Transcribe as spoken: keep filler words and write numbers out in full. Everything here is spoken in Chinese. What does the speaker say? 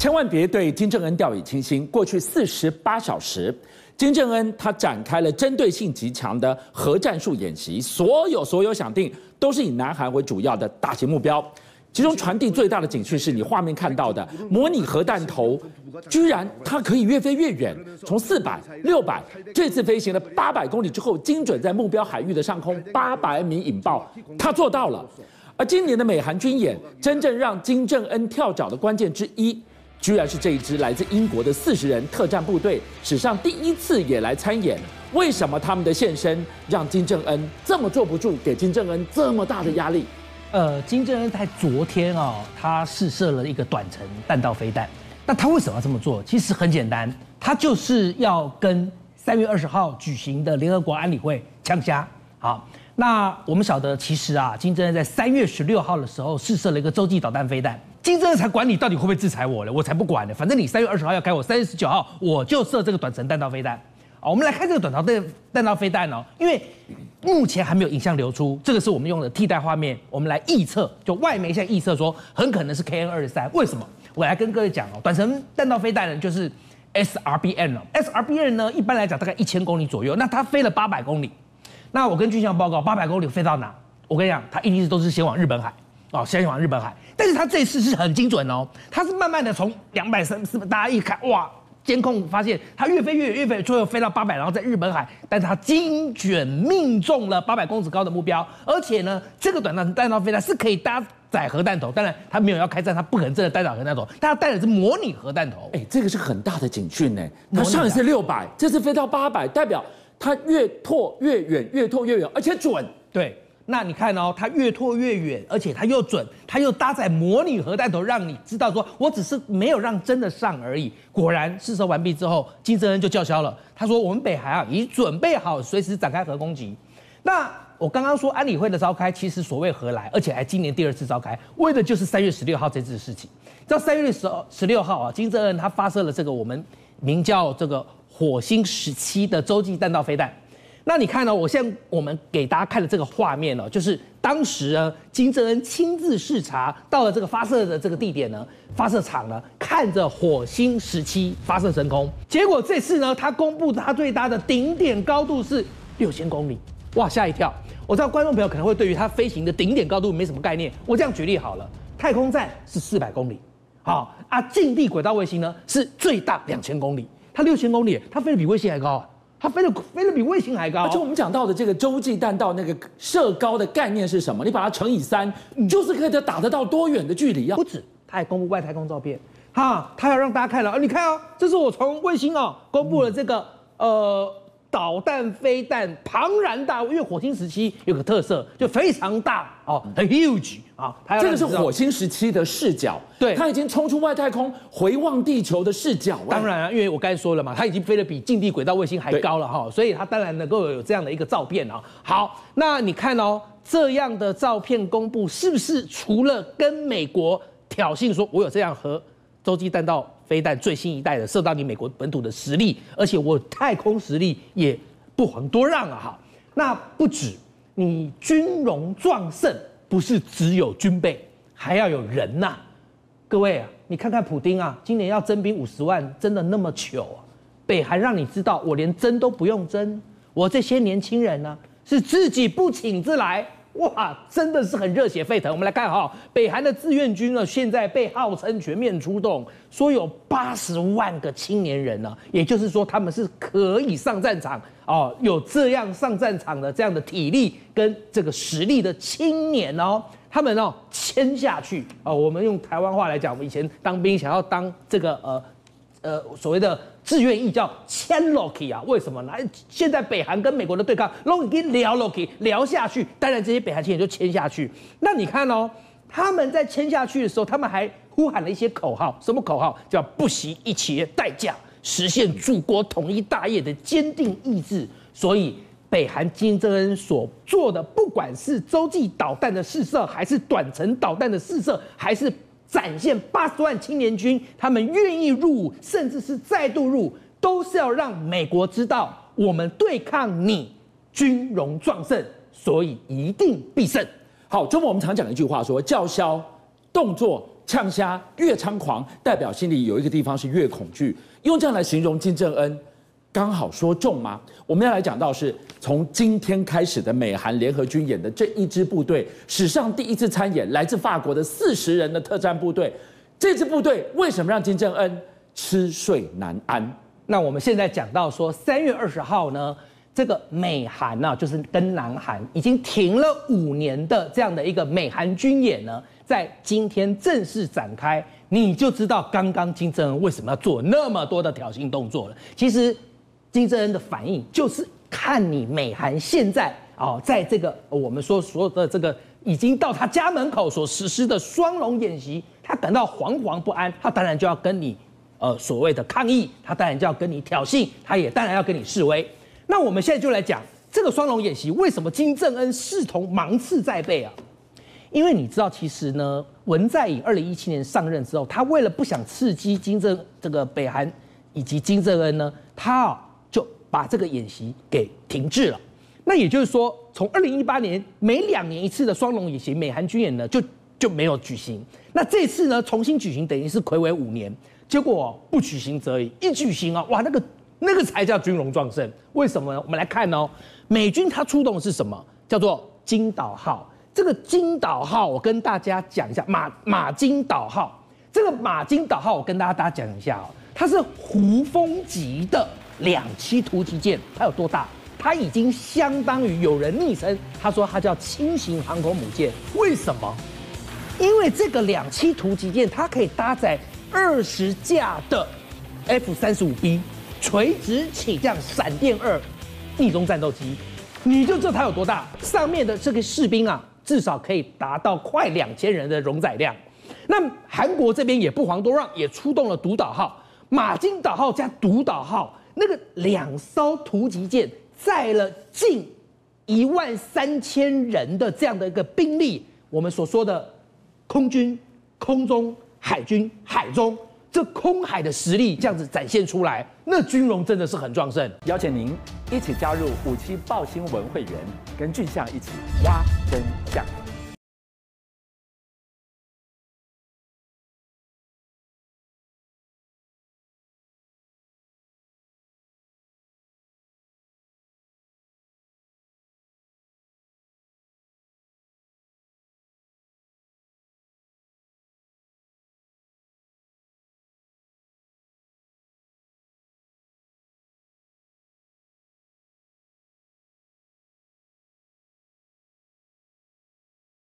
千万别对金正恩掉以轻心。过去四十八小时，金正恩他展开了针对性极强的核战术演习，所有所有想定都是以南韩为主要的打击目标。其中传递最大的警讯是你画面看到的模拟核弹头，居然它可以越飞越远，从四百、六百，这次飞行了八百公里之后，精准在目标海域的上空八百米引爆，它做到了。而今年的美韩军演，真正让金正恩跳脚的关键之一，居然是这一支来自英国的四十人特战部队，史上第一次也来参演。为什么他们的现身让金正恩这么坐不住，给金正恩这么大的压力？ 呃，金正恩在昨天哦，他试射了一个短程弹道飞弹。那他为什么要这么做？其实很简单，他就是要跟三月二十号举行的联合国安理会呛虾。好，那我们晓得，其实啊，金正恩在三月十六号的时候试射了一个洲际导弹飞弹。金正恩才管你到底会不会制裁我呢，我才不管呢。反正你三月二十号要开我，三月十九号我就射这个短程弹道飞弹。好，我们来看这个短程弹弹道飞弹哦，因为目前还没有影像流出，这个是我们用的替代画面，我们来预测，就外媒现在预测说很可能是 K N 二十三，为什么？我来跟各位讲哦，短程弹道飞弹呢就是 S R B N 哦 ，S R B N 呢一般来讲大概一千公里左右，那它飞了八百公里，那我跟军情报告，八百公里飞到哪？我跟你讲，它一定是都是先往日本海。哦，先往日本海，但是它这次是很精准哦，它是慢慢的从两百、三四百，大家一看，哇，监控发现它越飞越远，越飞最后飞到八百，然后在日本海，但是它精准命中了八百公尺高的目标，而且呢，这个短程弹道飞弹是可以搭载核弹头，当然它没有要开战，它不可能真的搭载核弹头，但它带的是模拟核弹头。 哎，这个是很大的警讯呢。它上一次六百，这次飞到八百，代表它越拓越远，越拓越远，而且准。 对。那你看哦，它越拓越远，而且它又准，它又搭载模拟核弹头，让你知道说，我只是没有让真的上而已。果然试射完毕之后，金正恩就叫嚣了，他说我们北韩啊已准备好随时展开核攻击。那我刚刚说安理会的召开，其实所谓何来，而且还今年第二次召开，为的就是三月十六号这次的事情。知道三月十十六号啊，金正恩他发射了这个我们名叫这个火星十七的洲际弹道飞弹。那你看呢、哦？我现在我们给大家看的这个画面呢，就是当时呢，金正恩亲自视察到了这个发射的这个地点呢，发射场呢，看着火星十七发射升空。结果这次呢，他公布他最大的顶点高度是六千公里，哇，吓一跳！我知道观众朋友可能会对于它飞行的顶点高度没什么概念，我这样举例好了，太空站是四百公里，好啊，近地轨道卫星呢是最大两千公里，它六千公里，它飞得比卫星还高啊！它飞得飞得比卫星还高， 而且我们讲到的这个洲际弹道那个射高的概念是什么？你把它乘以三，就是可以打得到多远的距离啊？ 不止，它还公布外太空照片，哈，它要让大家看了，啊，你看哦，这是我从卫星哦公布了这个呃导弹飞弹庞然大物，因为火星十七有个特色，就非常大哦，很 huge 啊，它这个是火星十七的视角， 对， 它已经冲出外太空，回望地球的视角。 当然啊，因为我刚才说了嘛，它已经飞得比近地轨道卫星还高了哈，所以它当然能够有这样的一个照片啊。好，那你看哦，这样的照片公布，是不是除了跟美国挑衅说我有这样核洲际弹道飞弹最新一代的射到你美国本土的实力，而且我太空实力也不遑多让啊！哈，那不止，你军容壮盛，不是只有军备，还要有人呐、啊。各位啊，你看看普丁啊，今年要征兵五十万，真的那么糗啊？北韩让你知道，我连征都不用征，我这些年轻人呢、啊，是自己不请自来。哇，真的是很热血沸腾。我们来看哈，北韩的志愿军呢，现在被号称全面出动，说有八十万个青年人呢，也就是说他们是可以上战场哦，有这样上战场的这样的体力跟这个实力的青年哦，他们哦签下去哦，我们用台湾话来讲，我们以前当兵想要当这个呃呃所谓的志愿役叫签落去啊？为什么呢？现在北韩跟美国的对抗，都已经聊落去，聊下去，当然这些北韩青年就签下去。那你看哦，他们在签下去的时候，他们还呼喊了一些口号，什么口号？叫不惜一切代价实现祖国统一大业的坚定意志。所以，北韩金正恩所做的，不管是洲际导弹的试射，还是短程导弹的试射，还是展现八十万青年军，他们愿意入伍，甚至是再度入伍，都是要让美国知道，我们对抗你军容壮盛，所以一定必胜。 好，中国我们常讲一句话说，叫嚣动作呛虾越猖狂，代表心里有一个地方是越恐惧。用这样来形容金正恩，刚好说中吗？我们要来讲到是从今天开始的美韩联合军演的这一支部队，史上第一次参演，来自法国的四十人的特战部队。这支部队为什么让金正恩吃睡难安？ 那我们现在讲到说，三月二十号呢，这个美韩呢、啊，就是跟南韩已经停了五年的这样的一个美韩军演呢，在今天正式展开，你就知道刚刚金正恩为什么要做那么多的挑衅动作了。其实金正恩的反应就是看你美韩现在哦，在这个我们说所有的这个已经到他家门口所实施的双龙演习，他感到惶惶不安，他当然就要跟你。呃，所谓的抗议，他当然就要跟你挑衅，他也当然要跟你示威。那我们现在就来讲这个双龙演习，为什么金正恩视同芒刺在背啊？因为你知道，其实呢，文在寅二零一七年上任之后，他为了不想刺激金正这个北韩以及金正恩呢，他啊就把这个演习给停滞了。那也就是说，从二零一八年每两年一次的双龙演习，美韩军演呢就就没有举行。那这次呢重新举行，等于是睽违五年。结果不举行则已，一举行啊，哇，那个那个才叫军容壮盛。为什么呢？我们来看哦，美军它出动的是什么？叫做金岛号。这个金岛号，我跟大家讲一下，马马金岛号。这个马金岛号，我跟大家大家讲一下哦，它是胡蜂级的两栖突击舰，它有多大？它已经相当于有人昵称，他说它叫轻型航空母舰。为什么？因为这个两栖突击舰，它可以搭载二十架的 F 三十五 B 垂直起降闪电二逆中战斗机，你就知道它有多大。上面的这个士兵啊，至少可以达到快两千人的容载量。那韩国这边也不遑多让，也出动了独岛号、马金岛号加独岛号，那个两艘突击舰载了近一万三千人的这样的一个兵力，我们所说的空军、空中。海军、海中，这空海的实力这样子展现出来，那军容真的是很壮盛。 邀请您一起加入五七报新闻会员，跟俊相一起挖真相。